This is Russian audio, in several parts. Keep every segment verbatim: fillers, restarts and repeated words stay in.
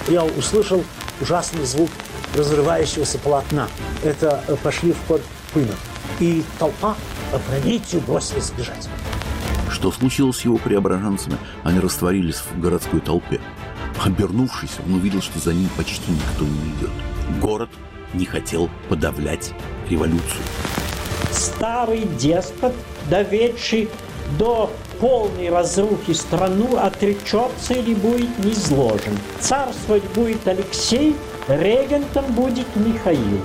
я услышал ужасный звук разрывающегося полотна. Это пошли в ход пулеметы. И толпа опрометью бросилась бежать. Что случилось с его преображенцами? Они растворились в городской толпе. Обернувшись, он увидел, что за ним почти никто не идет. Город не хотел подавлять революцию. Старый деспот, доведший до полной разрухи страну, отречется или будет низложен. Царствовать будет Алексей, регентом будет Михаил.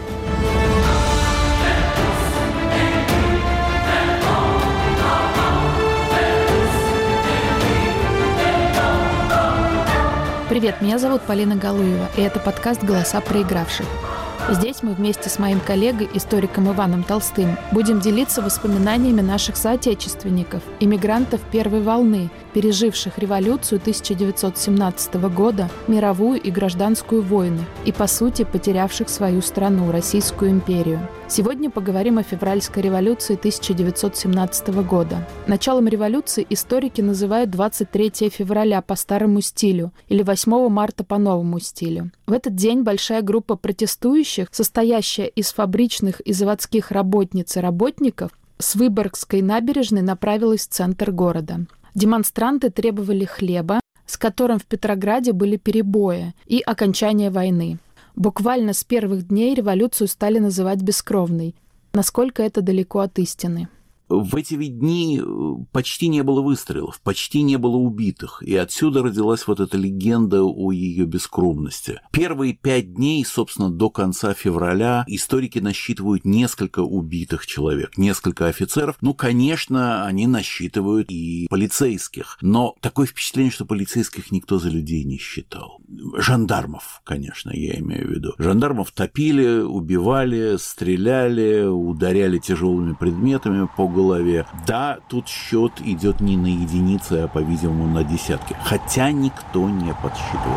Привет, меня зовут Полина Галуева, и это подкаст «Голоса проигравших». Здесь мы вместе с моим коллегой, историком Иваном Толстым, будем делиться воспоминаниями наших соотечественников, иммигрантов первой волны, переживших революцию тысяча девятьсот семнадцатого года, мировую и гражданскую войны, и, по сути, потерявших свою страну, Российскую империю. Сегодня поговорим о февральской революции тысяча девятьсот семнадцатого года. Началом революции историки называют двадцать третьего февраля по старому стилю или восьмого марта по новому стилю. В этот день большая группа протестующих, состоящая из фабричных и заводских работниц и работников, с Выборгской набережной направилась в центр города. Демонстранты требовали хлеба, с которым в Петрограде были перебои, и окончания войны. Буквально с первых дней революцию стали называть бескровной. Насколько это далеко от истины? В эти ведь дни почти не было выстрелов, почти не было убитых, и отсюда родилась вот эта легенда о ее бескровности. Первые пять дней, собственно, до конца февраля историки насчитывают несколько убитых человек, несколько офицеров. Ну, конечно, они насчитывают и полицейских, но такое впечатление, что полицейских никто за людей не считал. Жандармов, конечно, я имею в виду. Жандармов топили, убивали, стреляли, ударяли тяжелыми предметами по голове. голове. Да, тут счет идет не на единицы, а, по-видимому, на десятки. Хотя никто не подсчитывал.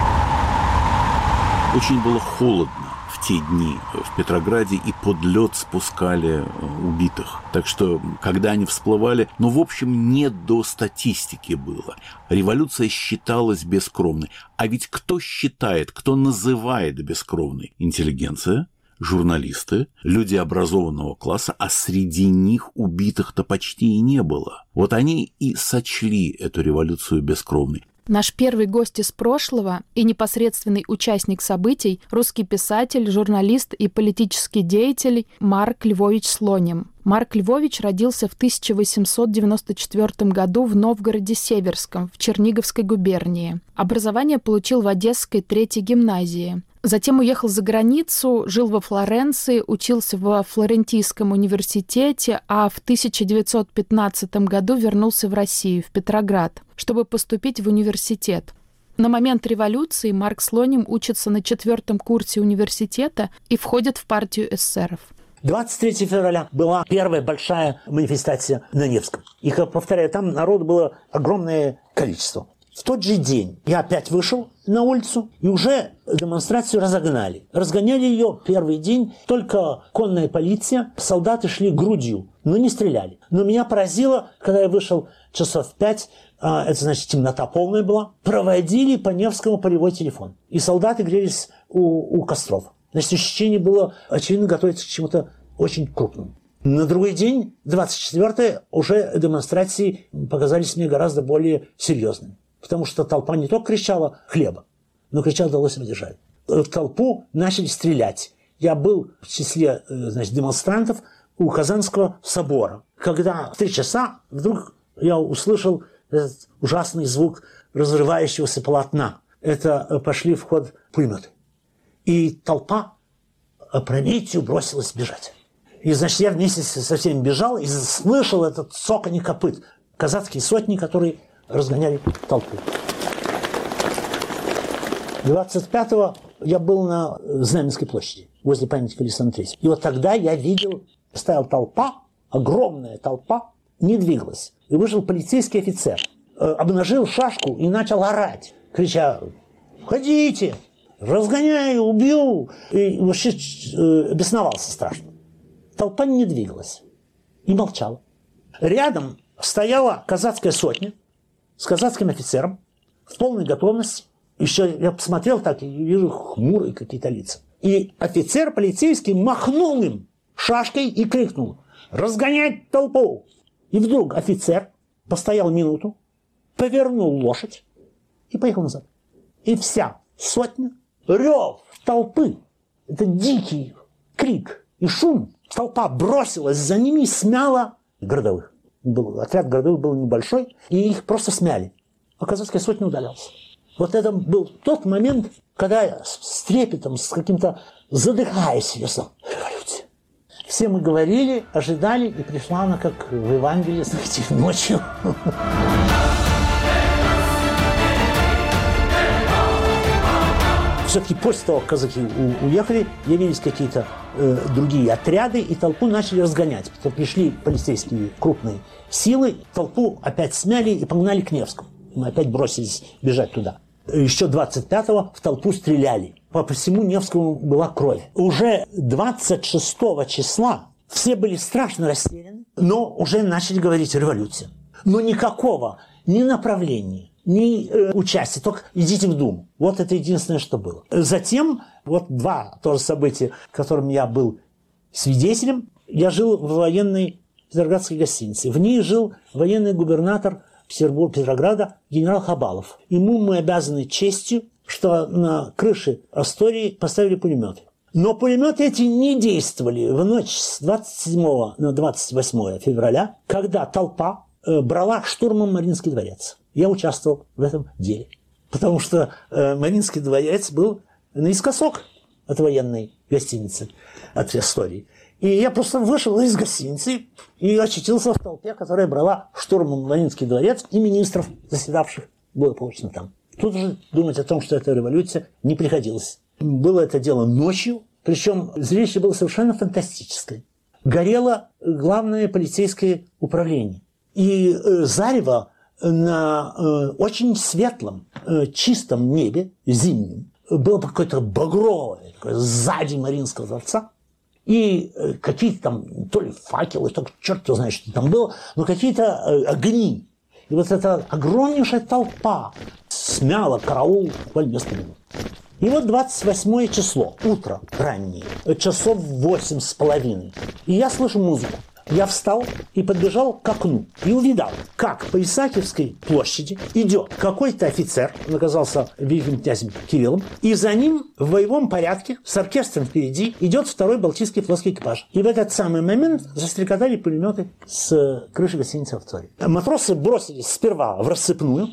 Очень было холодно в те дни в Петрограде, и под лед спускали убитых. Так что, когда они всплывали, ну, в общем, не до статистики было. Революция считалась бескровной. А ведь кто считает, кто называет бескровной? Интеллигенция, журналисты, люди образованного класса, а среди них убитых-то почти и не было. Вот они и сочли эту революцию бескровной. Наш первый гость из прошлого и непосредственный участник событий – русский писатель, журналист и политический деятель Марк Львович Слоним. Марк Львович родился в тысяча восемьсот девяносто четвёртом году в Новгороде-Северском, в Черниговской губернии. Образование получил в Одесской третьей гимназии. Затем уехал за границу, жил во Флоренции, учился во Флорентийском университете, а в тысяча девятьсот пятнадцатом году вернулся в Россию, в Петроград, чтобы поступить в университет. На момент революции Марк Слоним учится на четвертом курсе университета и входит в партию эсеров. двадцать третьего февраля была первая большая манифестация на Невском. И, как повторяю, там народу было огромное количество. В тот же день я опять вышел на улицу, и уже демонстрацию разогнали. Разгоняли ее первый день только конная полиция, солдаты шли грудью, но не стреляли. Но меня поразило, когда я вышел часов в пять, это значит темнота полная была, проводили по Невскому полевой телефон. И солдаты грелись у, у костров. Значит, ощущение было, очевидно, готовиться к чему-то очень крупному. На другой день, двадцать четвёртого, уже демонстрации показались мне гораздо более серьезными. Потому что толпа не только кричала «хлеба», но кричала «удалось держать». В толпу начали стрелять. Я был в числе, значит, демонстрантов у Казанского собора. Когда в три часа вдруг я услышал этот ужасный звук разрывающегося полотна. Это пошли в ход пулеметы. И толпа опрометью бросилась бежать. И, значит, я вместе со всеми бежал и слышал этот цоканье копыт. Казацкие сотни, которые разгоняли толпу. двадцать пятого я был на Знаменской площади, возле памятника Александру Третьему. И вот тогда я видел, стояла толпа, огромная толпа, не двигалась. И вышел полицейский офицер, обнажил шашку и начал орать, крича «Ходите! Разгоняю, убью!» И вообще бесновался страшно. Толпа не двигалась и молчала. Рядом стояла казацкая сотня с казацким офицером в полной готовности Еще я посмотрел так, и вижу хмурые какие-то лица. И офицер полицейский махнул им шашкой и крикнул: «Разгонять толпу!» И вдруг офицер постоял минуту, повернул лошадь и поехал назад. И вся сотня, рев толпы, это дикий крик и шум, толпа бросилась за ними и смяла городовых. Был, отряд городовых был небольшой, и их просто смяли. А казацкая сотня удалялась. Вот это был тот момент, когда я с трепетом, с каким-то задыхаясь, я сказал: революция. Все мы говорили, ожидали, и пришла она, как в Евангелии, знаете, ночью. Все-таки после того, как казаки уехали, явились какие-то э, другие отряды, и толпу начали разгонять. Потом пришли полицейские крупные силы, толпу опять смяли и погнали к Невскому. Мы опять бросились бежать туда. Еще двадцать пятого в толпу стреляли. По всему Невскому была кровь. Уже двадцать шестого числа все были страшно растеряны, но уже начали говорить: революция. Но никакого ни направления, ни э, участия, только идите в Думу. Вот это единственное, что было. Затем, вот два тоже события, которым я был свидетелем. Я жил в военной Петроградской гостинице. В ней жил военный губернатор Петербурга, Петрограда, генерал Хабалов. Ему мы обязаны честью, что на крыше Астории поставили пулеметы. Но пулеметы эти не действовали в ночь с двадцать седьмого на двадцать восьмое февраля, когда толпа э, брала штурмом Мариинский дворец. Я участвовал в этом деле, потому что э, Мариинский дворец был наискосок от военной гостиницы, от Астории. И я просто вышел из гостиницы и очутился в толпе, которая брала штурмом Мариинский дворец, и министров, заседавших, было получено там. Тут же думать о том, что это революция, не приходилось. Было это дело ночью, причем зрелище было совершенно фантастическое. Горело главное полицейское управление. И э, зарево на э, очень светлом, э, чистом небе, зимнем, было какое-то багровое, такое, сзади Мариинского дворца. И э, какие-то там, то ли факелы, то черт его знает, что там было, но какие-то э, огни. И вот эта огромнейшая толпа смяла караул буквально несколько минут. И вот двадцать восьмое число, утро раннее, часов восемь с половиной. И я слышу музыку. Я встал и подбежал к окну и увидал, как по Исаакиевской площади идет какой-то офицер, он оказался великим князем Кириллом, и за ним в боевом порядке с оркестром впереди идет второй Балтийский флотский экипаж. И в этот самый момент застрекотали пулеметы с крыши гостиницы Астория. Матросы бросились сперва в рассыпную,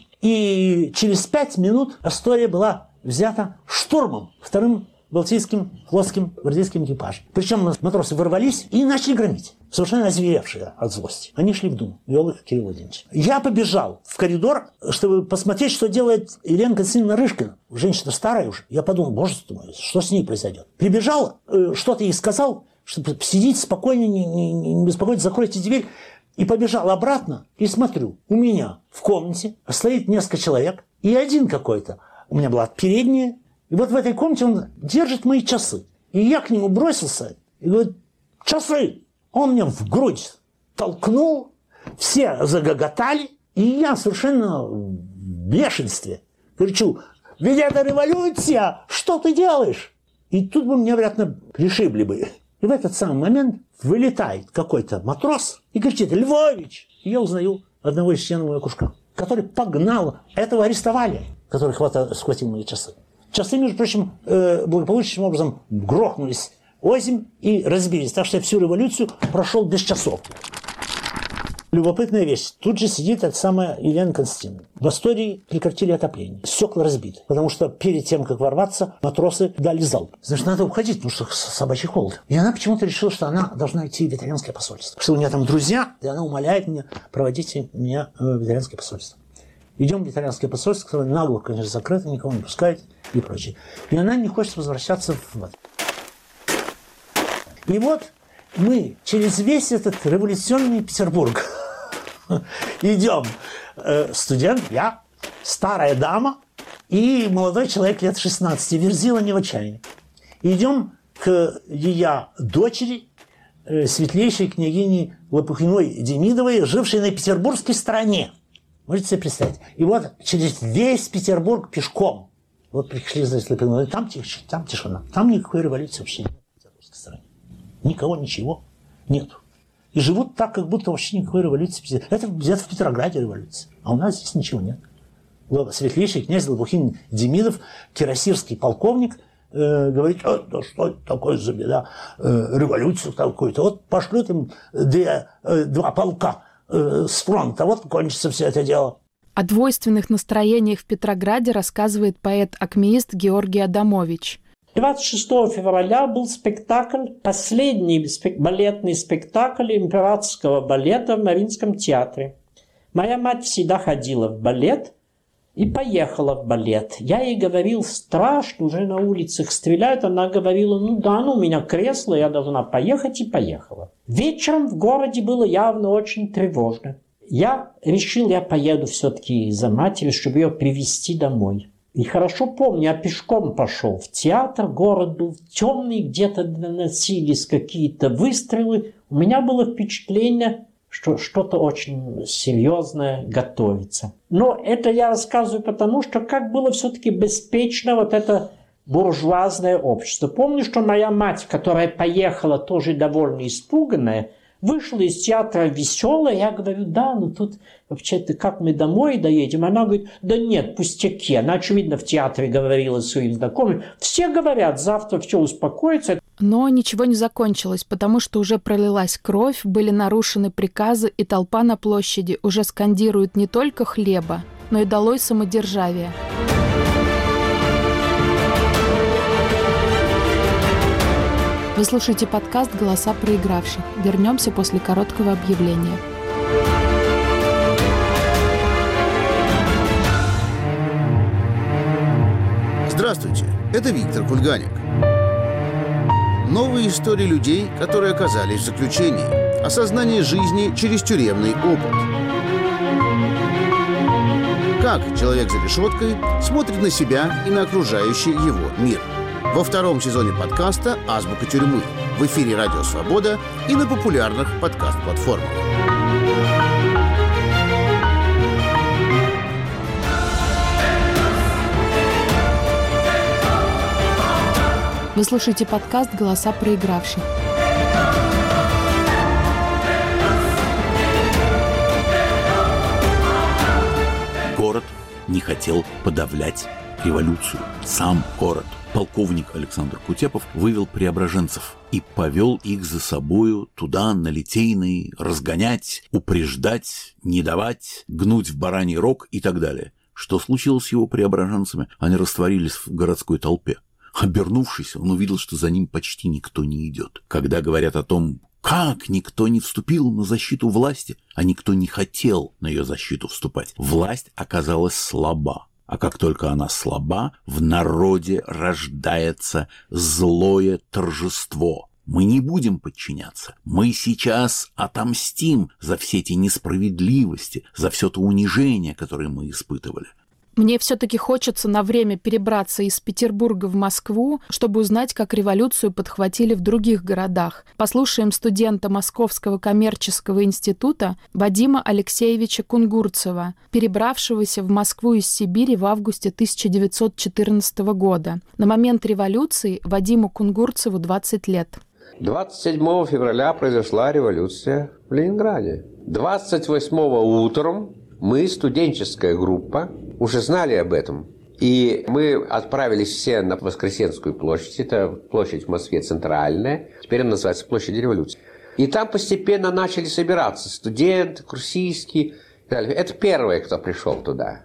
и через пять минут Астория была взята штурмом вторым Балтийским флотским гвардейским экипажем. Причем матросы ворвались и начали громить, совершенно озверевшие от злости. Они шли в Думу, вел их Кирилл Владимирович. Я побежал в коридор, чтобы посмотреть, что делает Елена Константиновна Рыжкина. Женщина старая уже. Я подумал: боже мой, что с ней произойдет. Прибежал, что-то ей сказал, чтобы сидеть спокойно, не, не, не беспокоиться, закройте дверь. И побежал обратно, и смотрю, у меня в комнате стоит несколько человек, и один какой-то. У меня была передняя. И вот в этой комнате он держит мои часы. И я к нему бросился и говорю: часы! Он меня в грудь толкнул, все загоготали, и я совершенно в бешенстве кричу: ведь это революция! Что ты делаешь? И тут бы меня, вероятно, пришибли бы. И в этот самый момент вылетает какой-то матрос и кричит: Львович! И я узнаю одного из членов моего кружка, который погнал, этого арестовали, который хватал, схватил мои часы. Часы, между прочим, э, благополучным образом грохнулись озимь и разбились. Так что я всю революцию прошел без часов. Любопытная вещь. Тут же сидит эта самая Елена Константиновна. В Астории прекратили отопление. Стекла разбиты. Потому что перед тем, как ворваться, матросы дали залп. Значит, надо уходить, потому что собачий холод. И она почему-то решила, что она должна идти в итальянское посольство. Что у нее там друзья, и она умоляет меня: проводите меня в итальянское посольство. Идем в итальянское посольство, которое нагло, конечно, закрыто, никого не пускает и прочее. И она не хочет возвращаться в... И вот мы через весь этот революционный Петербург идем. Студент, я, старая дама и молодой человек лет шестнадцати, Верзила не в отчаянии. Идем к ее дочери, светлейшей княгине Лопухиной Демидовой, жившей на петербургской стороне. Можете себе представить? И вот через весь Петербург пешком Вот пришли, значит, там, тиш, там тишина. Там никакой революции вообще нет на русской стороне. Никого, ничего нет. И живут так, как будто вообще никакой революции. Это где-то в Петрограде революция. А у нас здесь ничего нет. Светлейший князь Лопухин Демидов, кирасирский полковник, э, говорит, а, да что это такое за беда, э, революцию какую-то. Вот пошлют им две, э, два полка э, с фронта, вот кончится все это дело. О двойственных настроениях в Петрограде рассказывает поэт-акмеист Георгий Адамович. двадцать шестого февраля был спектакль, последний спек- балетный спектакль императорского балета в Мариинском театре. Моя мать всегда ходила в балет и поехала в балет. Я ей говорил, страшно, уже на улицах стреляют. Она говорила, ну да, ну у меня кресло, я должна поехать, и поехала. Вечером в городе было явно очень тревожно. Я решил, я поеду все-таки за матерью, чтобы ее привезти домой. И хорошо помню, я пешком пошел в театр, город был темный, где-то доносились какие-то выстрелы. У меня было впечатление, что что-то очень серьезное готовится. Но это я рассказываю потому, что как было все-таки беспечно вот это буржуазное общество. Помню, что моя мать, которая поехала тоже довольно испуганная, вышла из театра веселая. Я говорю, да, ну тут вообще-то как мы домой доедем? Она говорит, да нет, пустяки. Она, очевидно, в театре говорила своим знакомым. Все говорят, завтра все успокоится. Но ничего не закончилось, потому что уже пролилась кровь, были нарушены приказы, и толпа на площади уже скандирует не только хлеба, но и долой самодержавие. Вы слушаете подкаст «Голоса проигравших». Вернемся после короткого объявления. Здравствуйте, это Виктор Кульганик. Новые истории людей, которые оказались в заключении. Осознание жизни через тюремный опыт. Как человек за решеткой смотрит на себя и на окружающий его мир. Во втором сезоне подкаста «Азбука тюрьмы» в эфире «Радио Свобода» и на популярных подкаст-платформах. Вы слушаете подкаст «Голоса проигравших». Город не хотел подавлять революцию. Сам город. Полковник Александр Кутепов вывел преображенцев и повел их за собою туда, на Литейный, разгонять, упреждать, не давать, гнуть в бараний рог и так далее. Что случилось с его преображенцами? Они растворились в городской толпе. Обернувшись, он увидел, что за ним почти никто не идет. Когда говорят о том, как никто не вступил на защиту власти, а никто не хотел на ее защиту вступать, власть оказалась слаба. А как только она слаба, в народе рождается злое торжество. Мы не будем подчиняться. Мы сейчас отомстим за все эти несправедливости, за все то унижение, которое мы испытывали. Мне все-таки хочется на время перебраться из Петербурга в Москву, чтобы узнать, как революцию подхватили в других городах. Послушаем студента Московского коммерческого института Вадима Алексеевича Кунгурцева, перебравшегося в Москву из Сибири в августе тысяча девятьсот четырнадцатого года. На момент революции Вадиму Кунгурцеву двадцать лет. двадцать седьмого февраля произошла революция в Ленинграде. двадцать восьмого утром мы, студенческая группа, уже знали об этом. И мы отправились все на Воскресенскую площадь. Это площадь в Москве центральная. Теперь она называется Площадь Революции. И там постепенно начали собираться студенты, курсистки и так далее. Это первые, кто пришел туда.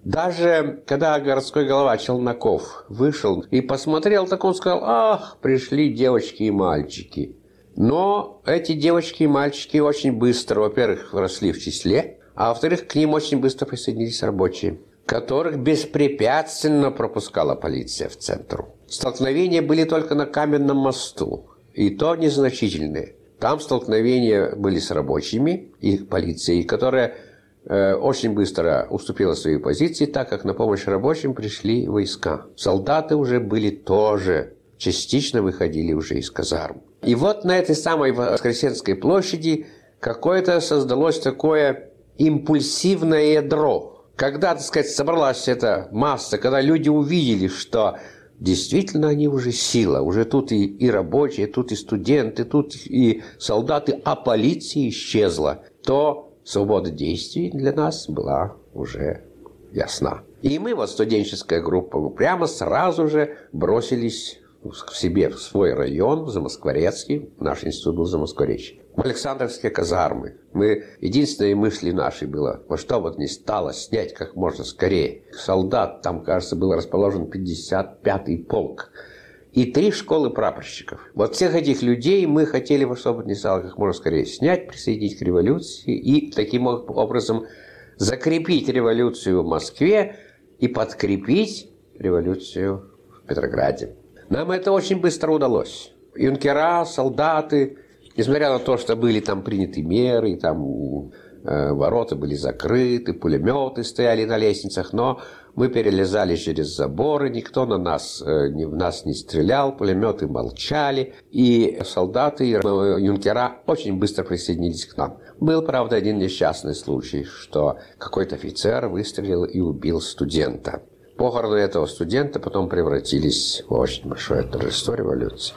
Даже когда городской голова Челноков вышел и посмотрел, так он сказал, ах, пришли девочки и мальчики. Но эти девочки и мальчики очень быстро, во-первых, росли в числе, а во-вторых, к ним очень быстро присоединились рабочие, которых беспрепятственно пропускала полиция в центр. Столкновения были только на Каменном мосту, и то незначительные. Там столкновения были с рабочими и полицией, которая э, очень быстро уступила свои позиции, так как на помощь рабочим пришли войска. Солдаты уже были тоже, частично выходили уже из казарм. И вот на этой самой Воскресенской площади какое-то создалось такое импульсивное ядро, Когда, так сказать, собралась эта масса, когда люди увидели, что действительно они уже сила, уже тут и, и рабочие, тут и студенты, тут и солдаты, а полиция исчезла, то свобода действий для нас была уже ясна. И мы, вот студенческая группа, прямо сразу же бросились к себе в свой район, в Замоскворецкий. Наш институт был в Замоскворечье. В Александровские казармы. Мы, единственной мыслью нашей было, во что вот не стало, снять как можно скорее. Солдат, там, кажется, был расположен пятьдесят пятый полк. И три школы прапорщиков. Вот всех этих людей мы хотели во что бы не стало как можно скорее снять, присоединить к революции и таким образом закрепить революцию в Москве и подкрепить революцию в Петрограде. Нам это очень быстро удалось. Юнкера, солдаты, несмотря на то, что были там приняты меры, там э, ворота были закрыты, пулеметы стояли на лестницах, но мы перелезали через заборы, никто на нас, э, не, в нас не стрелял, пулеметы молчали, и солдаты, и юнкера очень быстро присоединились к нам. Был, правда, один несчастный случай, что какой-то офицер выстрелил и убил студента. Похороны этого студента потом превратились в очень большое торжество революции.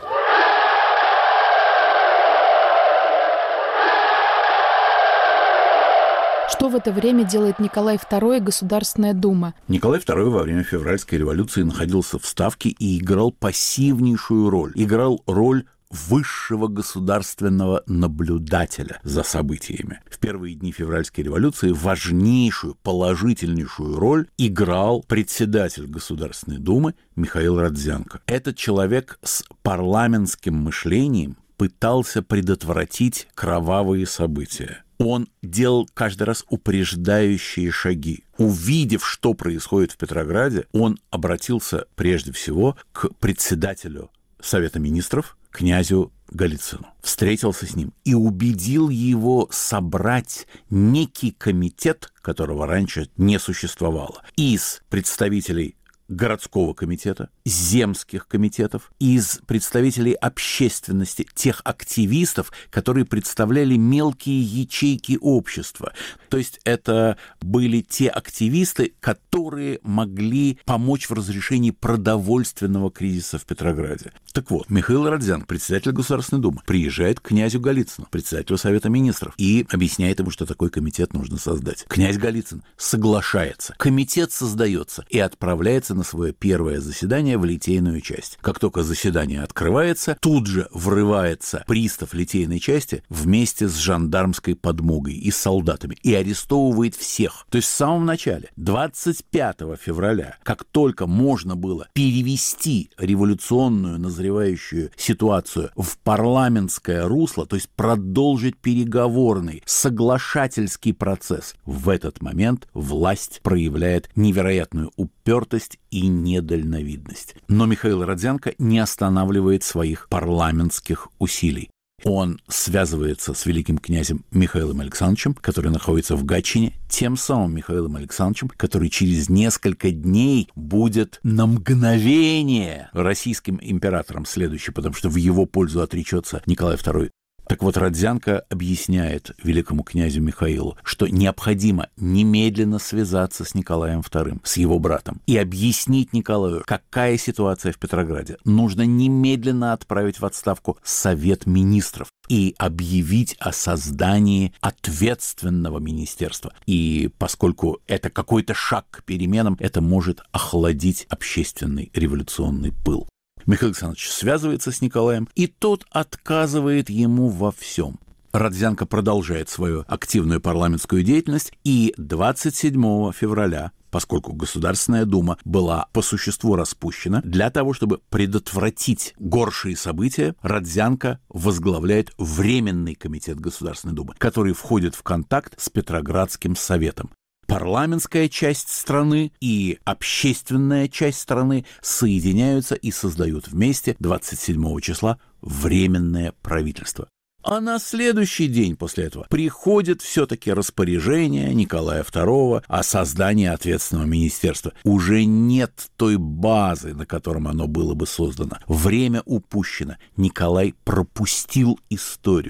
Что в это время делает Николай второй и Государственная Дума? Николай второй во время февральской революции находился в Ставке и играл пассивнейшую роль. Играл роль высшего государственного наблюдателя за событиями. В первые дни февральской революции важнейшую, положительнейшую роль играл председатель Государственной Думы Михаил Родзянко. Этот человек с парламентским мышлением пытался предотвратить кровавые события. Он делал каждый раз упреждающие шаги. Увидев, что происходит в Петрограде, он обратился прежде всего к председателю Совета министров, князю Голицыну. Встретился с ним и убедил его собрать некий комитет, которого раньше не существовало, из представителей городского комитета, земских комитетов, из представителей общественности, тех активистов, которые представляли мелкие ячейки общества. То есть это были те активисты, которые могли помочь в разрешении продовольственного кризиса в Петрограде. Так вот, Михаил Родзянко, председатель Государственной Думы, приезжает к князю Голицыну, председателю Совета министров, и объясняет ему, что такой комитет нужно создать. Князь Голицын соглашается. Комитет создается и отправляется на свое первое заседание в Литейную часть. Как только заседание открывается, тут же врывается пристав Литейной части вместе с жандармской подмогой и солдатами и арестовывает всех. То есть в самом начале, двадцать пятого февраля, как только можно было перевести революционную назревающую ситуацию в парламентское русло, то есть продолжить переговорный, соглашательский процесс, в этот момент власть проявляет невероятную упертость и недальновидность. Но Михаил Родзянко не останавливает своих парламентских усилий. Он связывается с великим князем Михаилом Александровичем, который находится в Гатчине, тем самым Михаилом Александровичем, который через несколько дней будет на мгновение российским императором следующий, потому что в его пользу отречется Николай второй. Так вот, Родзянко объясняет великому князю Михаилу, что необходимо немедленно связаться с Николаем вторым, с его братом, и объяснить Николаю, какая ситуация в Петрограде. Нужно немедленно отправить в отставку Совет министров и объявить о создании ответственного министерства. И поскольку это какой-то шаг к переменам, это может охладить общественный революционный пыл. Михаил Александрович связывается с Николаем, и тот отказывает ему во всем. Родзянко продолжает свою активную парламентскую деятельность, и двадцать седьмого февраля, поскольку Государственная Дума была по существу распущена, для того, чтобы предотвратить горшие события, Родзянко возглавляет Временный комитет Государственной Думы, который входит в контакт с Петроградским советом. Парламентская часть страны и общественная часть страны соединяются и создают вместе двадцать седьмого числа Временное правительство. А на следующий день после этого приходит все-таки распоряжение Николая второго о создании ответственного министерства. Уже нет той базы, на котором оно было бы создано. Время упущено. Николай пропустил историю.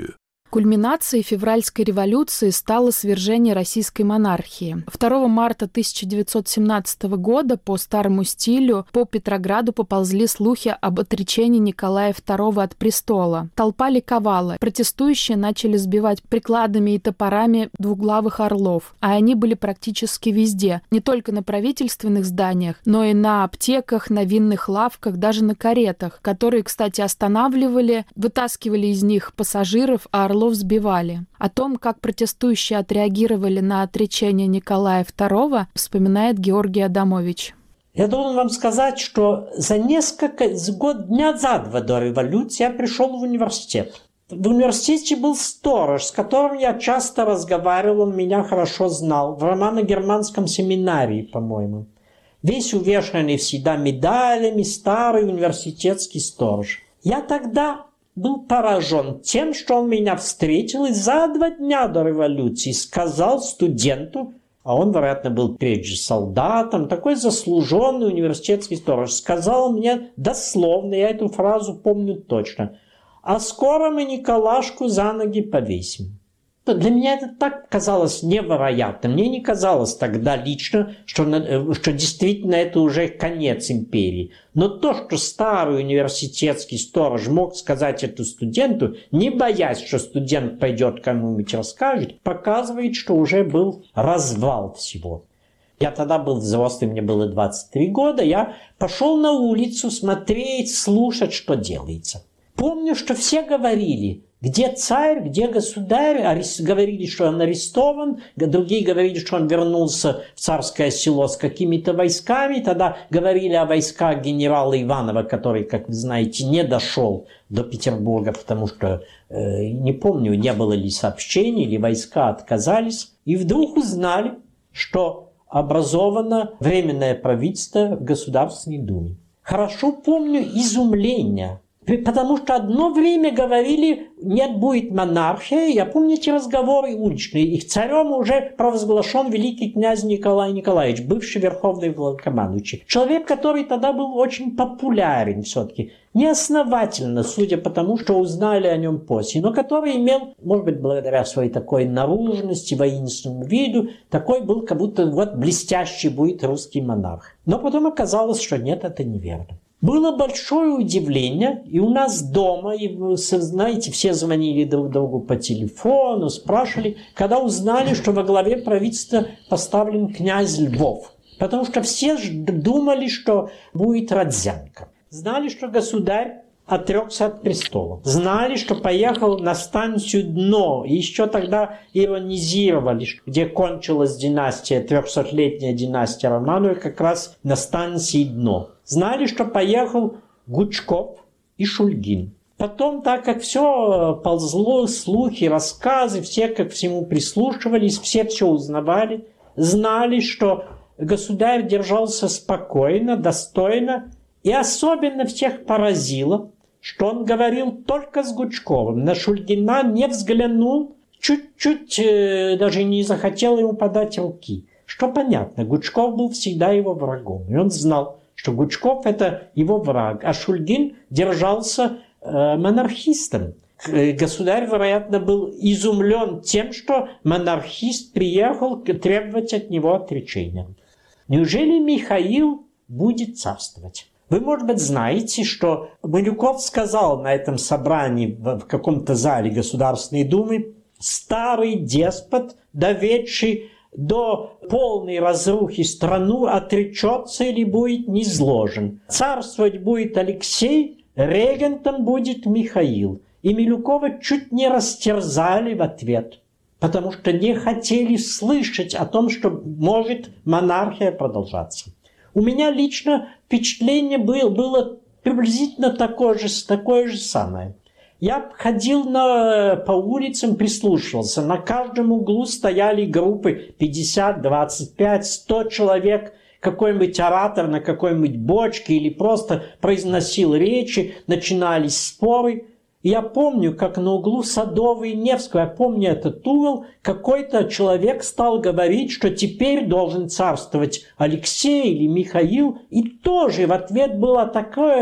Кульминацией февральской революции стало свержение российской монархии. второго марта тысяча девятьсот семнадцатого года по старому стилю по Петрограду поползли слухи об отречении Николая второго от престола. Толпа ликовала. Протестующие начали сбивать прикладами и топорами двуглавых орлов, а они были практически везде, не только на правительственных зданиях, но и на аптеках, на винных лавках, даже на каретах, которые, кстати, останавливали, вытаскивали из них пассажиров, а орлов сбивали. О том, как протестующие отреагировали на отречение Николая второго, вспоминает Георгий Адамович. Я должен вам сказать, что за несколько, за год, дня за два до революции я пришел в университет. В университете был сторож, с которым я часто разговаривал, он меня хорошо знал, в романо-германском семинарии, по-моему. Весь увешанный всегда медалями, старый университетский сторож. Я тогда был поражен тем, что он меня встретил и за два дня до революции сказал студенту, а он, вероятно, был прежде солдатом, такой заслуженный университетский сторож, сказал мне дословно, я эту фразу помню точно: «А скоро мы Николашку за ноги повесим». Для меня это так казалось невероятным. Мне не казалось тогда лично, что, что действительно это уже конец империи. Но то, что старый университетский сторож мог сказать эту студенту, не боясь, что студент пойдет кому-нибудь расскажет, показывает, что уже был развал всего. Я тогда был взрослый, мне было двадцать три года. Я пошел на улицу смотреть, слушать, что делается. Помню, что все говорили: где царь, где государь? Арест... Говорили, что он арестован, другие говорили, что он вернулся в царское село с какими-то войсками. Тогда говорили о войсках генерала Иванова, который, как вы знаете, не дошел до Петербурга, потому что, э, не помню, не было ли сообщений, или войска отказались. И вдруг узнали, что образовано Временное правительство в Государственной Думе. Хорошо помню изумление. Потому что одно время говорили, нет, будет монархия. Я помню эти разговоры уличные. Их царем уже провозглашен великий князь Николай Николаевич, бывший верховный главнокомандующий. Человек, который тогда был очень популярен все-таки. Неосновательно, судя по тому, что узнали о нем после. Но который имел, может быть, благодаря своей такой наружности, воинственному виду, такой был, как будто вот блестящий будет русский монарх. Но потом оказалось, что нет, это неверно. Было большое удивление, и у нас дома, и, знаете, все звонили друг другу по телефону, спрашивали, когда узнали, что во главе правительства поставлен князь Львов. Потому что все думали, что будет Родзянко. Знали, что государь отрекся от престола. Знали, что поехал на станцию Дно. И еще тогда иронизировали, где кончилась династия, трехсотлетняя династия Романовых, как раз на станции Дно. Знали, что поехал Гучков и Шульгин. Потом, так как все ползло, слухи, рассказы, все как всему прислушивались, все все узнавали, знали, что государь держался спокойно, достойно, и особенно всех поразило, что он говорил только с Гучковым. На Шульгина не взглянул, чуть-чуть э, даже не захотел ему подать руки. Что понятно, Гучков был всегда его врагом. И он знал, что Гучков – это его враг, а Шульгин держался э, монархистом. Государь, вероятно, был изумлен тем, что монархист приехал требовать от него отречения. Неужели Михаил будет царствовать? Вы, может быть, знаете, что Малюков сказал на этом собрании в каком-то зале Государственной Думы: старый деспот, доведший до полной разрухи страну, отречется или будет низложен. Царствовать будет Алексей, регентом будет Михаил. И Милюкова чуть не растерзали в ответ, потому что не хотели слышать о том, что может монархия продолжаться. У меня лично впечатление было, было приблизительно такое же, такое же самое. Я ходил на, по улицам, прислушивался. На каждом углу стояли группы пятьдесят, двадцать пять, сто человек. Какой-нибудь оратор на какой-нибудь бочке или просто произносил речи, начинались споры. И я помню, как на углу Садовой и Невского, я помню этот угол, какой-то человек стал говорить, что теперь должен царствовать Алексей или Михаил. И тоже в ответ было такое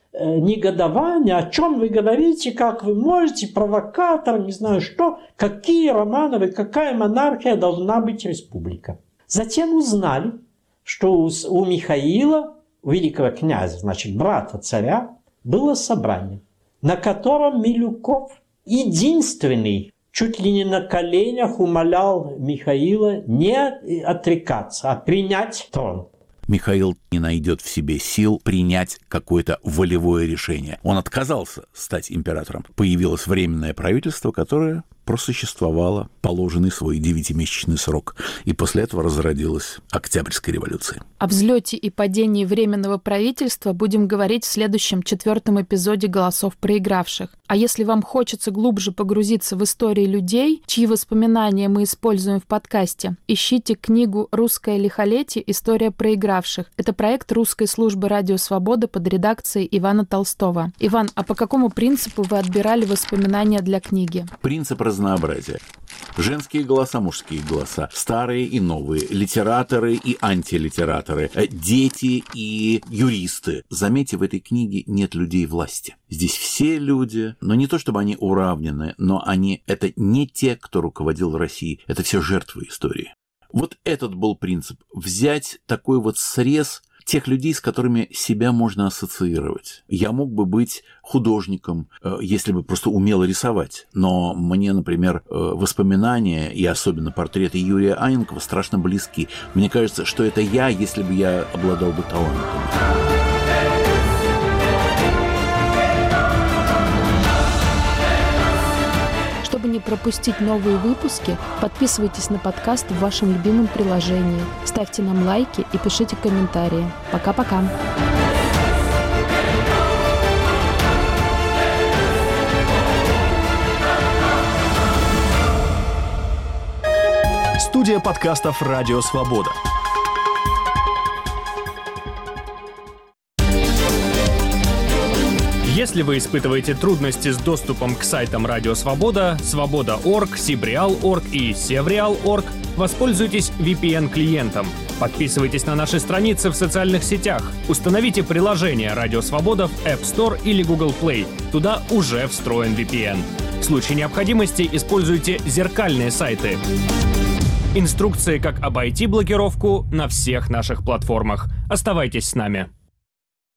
э, негодование, о чем вы говорите, как вы можете, провокатор, не знаю что, какие Романовы, какая монархия должна быть республика. Затем узнали, что у, у Михаила, у великого князя, значит, брата царя, было собрание, на котором Милюков единственный чуть ли не на коленях умолял Михаила не отрекаться, а принять трон. Михаил не найдет в себе сил принять какое-то волевое решение. Он отказался стать императором. Появилось временное правительство, которое просуществовало положенный свой девятимесячный срок. И после этого разродилась Октябрьская революция. О взлете и падении Временного правительства будем говорить в следующем, четвертом эпизоде «Голосов проигравших». А если вам хочется глубже погрузиться в истории людей, чьи воспоминания мы используем в подкасте, ищите книгу «Русское лихолетие. История проигравших». Это проект русской службы «Радио Свобода» под редакцией Ивана Толстого. Иван, а по какому принципу вы отбирали воспоминания для книги? Принцип разнообразия. Женские голоса, мужские голоса, старые и новые, литераторы и антилитераторы, дети и юристы. Заметьте, в этой книге нет людей власти. Здесь все люди, но не то чтобы они уравнены, но они это не те, кто руководил Россией, это все жертвы истории. Вот этот был принцип. Взять такой вот срез тех людей, с которыми себя можно ассоциировать. Я мог бы быть художником, если бы просто умел рисовать. Но мне, например, воспоминания и особенно портреты Юрия Анненкова страшно близки. Мне кажется, что это я, если бы я обладал бы талантом. Чтобы не пропустить новые выпуски, подписывайтесь на подкаст в вашем любимом приложении, ставьте нам лайки и пишите комментарии. Пока-пока! Студия подкастов «Радио Свобода». Если вы испытываете трудности с доступом к сайтам Радио Свобода, Свобода точка орг, Сибреал точка орг и Севреал точка орг, воспользуйтесь ви пи эн-клиентом. Подписывайтесь на наши страницы в социальных сетях. Установите приложение Радио Свобода в App Store или Google Play. Туда уже встроен ви пи эн. В случае необходимости используйте зеркальные сайты. Инструкции, как обойти блокировку, на всех наших платформах. Оставайтесь с нами.